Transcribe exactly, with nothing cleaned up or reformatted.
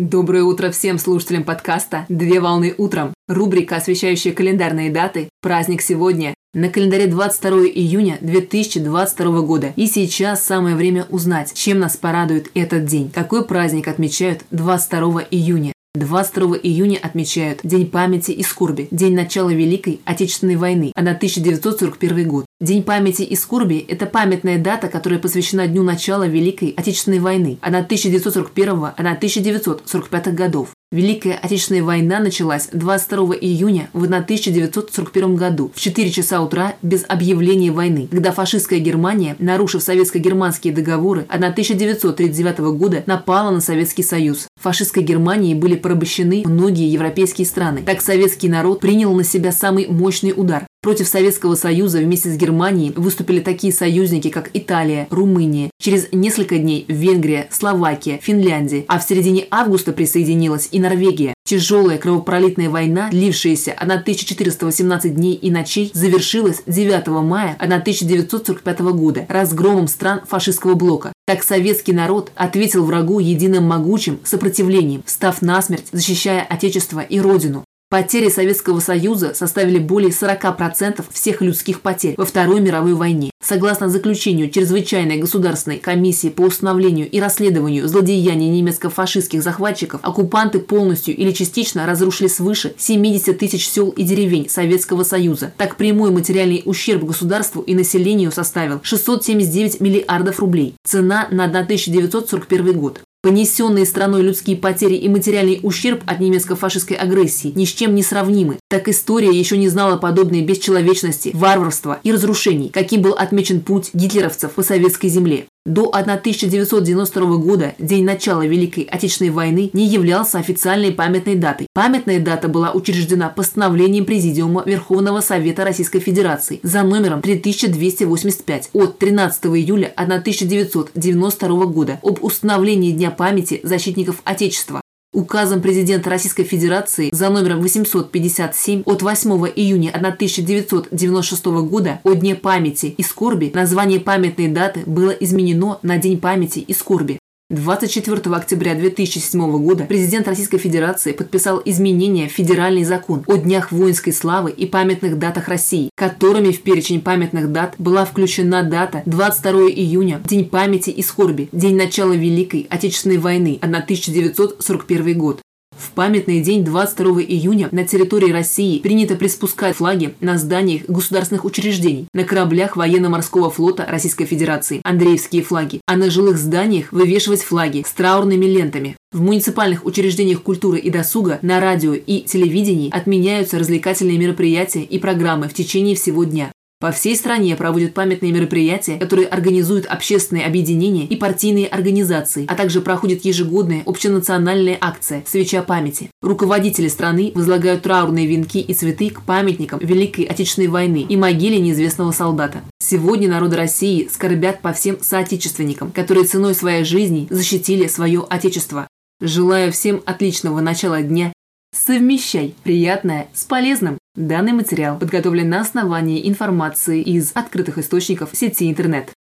Доброе утро всем слушателям подкаста «Две волны утром». Рубрика, освещающая календарные даты. Праздник сегодня. На календаре двадцать второе июня две тысячи двадцать второго года. И сейчас самое время узнать, чем нас порадует этот день. Какой праздник отмечают двадцать второго июня? двадцать второго июня отмечают День памяти и скорби, день начала Великой Отечественной войны, тысяча девятьсот сорок первый год. День памяти и скорби – это памятная дата, которая посвящена дню начала Великой Отечественной войны тысяча девятьсот сорок первого — тысяча девятьсот сорок пятого годов. Великая Отечественная война началась двадцать второго июня в тысяча девятьсот сорок первом году в четыре часа утра без объявления войны, когда фашистская Германия, нарушив советско-германские договоры тысяча девятьсот тридцать девятого года, напала на Советский Союз. Фашистской Германии были порабощены многие европейские страны. Так советский народ принял на себя самый мощный удар. Против Советского Союза вместе с Германией выступили такие союзники, как Италия, Румыния. Через несколько дней Венгрия, Словакия, Финляндия. А в середине августа присоединилась и Норвегия. Тяжелая кровопролитная война, длившаяся тысяча четыреста восемнадцать дней и ночей, завершилась девятого мая тысяча девятьсот сорок пятого года разгромом стран фашистского блока. Так советский народ ответил врагу единым могучим сопротивлением, став насмерть, защищая Отечество и Родину. Потери Советского Союза составили более сорока процентов всех людских потерь во Второй мировой войне. Согласно заключению Чрезвычайной государственной комиссии по установлению и расследованию злодеяний немецко-фашистских захватчиков, оккупанты полностью или частично разрушили свыше семидесяти тысяч сел и деревень Советского Союза. Так прямой материальный ущерб государству и населению составил шестьсот семьдесят девять миллиардов рублей. Цена на тысяча девятьсот сорок первый год. Понесенные страной людские потери и материальный ущерб от немецко-фашистской агрессии ни с чем не сравнимы. Так история еще не знала подобной бесчеловечности, варварства и разрушений, каким был отмечен путь гитлеровцев по советской земле. До тысяча девятьсот девяносто второго года, день начала Великой Отечественной войны, не являлся официальной памятной датой. Памятная дата была учреждена постановлением Президиума Верховного Совета Российской Федерации за номером три тысячи двести восемьдесят пять от тринадцатого июля тысяча девятьсот девяносто второго года об установлении Дня памяти защитников Отечества. Указом президента Российской Федерации за номером восемьсот пятьдесят семь от восьмого июня тысяча девятьсот девяносто шестого года о Дне памяти и скорби название памятной даты было изменено на День памяти и скорби. двадцать четвёртого октября две тысячи седьмого года президент Российской Федерации подписал изменения в Федеральный закон о Днях воинской славы и памятных датах России, которыми в перечень памятных дат была включена дата двадцать второго июня, День памяти и скорби, день начала Великой Отечественной войны тысяча девятьсот сорок первый год. В памятный день двадцать второго июня на территории России принято приспускать флаги на зданиях государственных учреждений, на кораблях военно-морского флота Российской Федерации, Андреевские флаги, а на жилых зданиях вывешивать флаги с траурными лентами. В муниципальных учреждениях культуры и досуга, на радио и телевидении отменяются развлекательные мероприятия и программы в течение всего дня. По всей стране проводят памятные мероприятия, которые организуют общественные объединения и партийные организации, а также проходит ежегодная общенациональная акция «Свеча памяти». Руководители страны возлагают траурные венки и цветы к памятникам Великой Отечественной войны и могиле неизвестного солдата. Сегодня народы России скорбят по всем соотечественникам, которые ценой своей жизни защитили свое Отечество. Желаю всем отличного начала дня. Совмещай приятное с полезным. Данный материал подготовлен на основании информации из открытых источников сети интернет.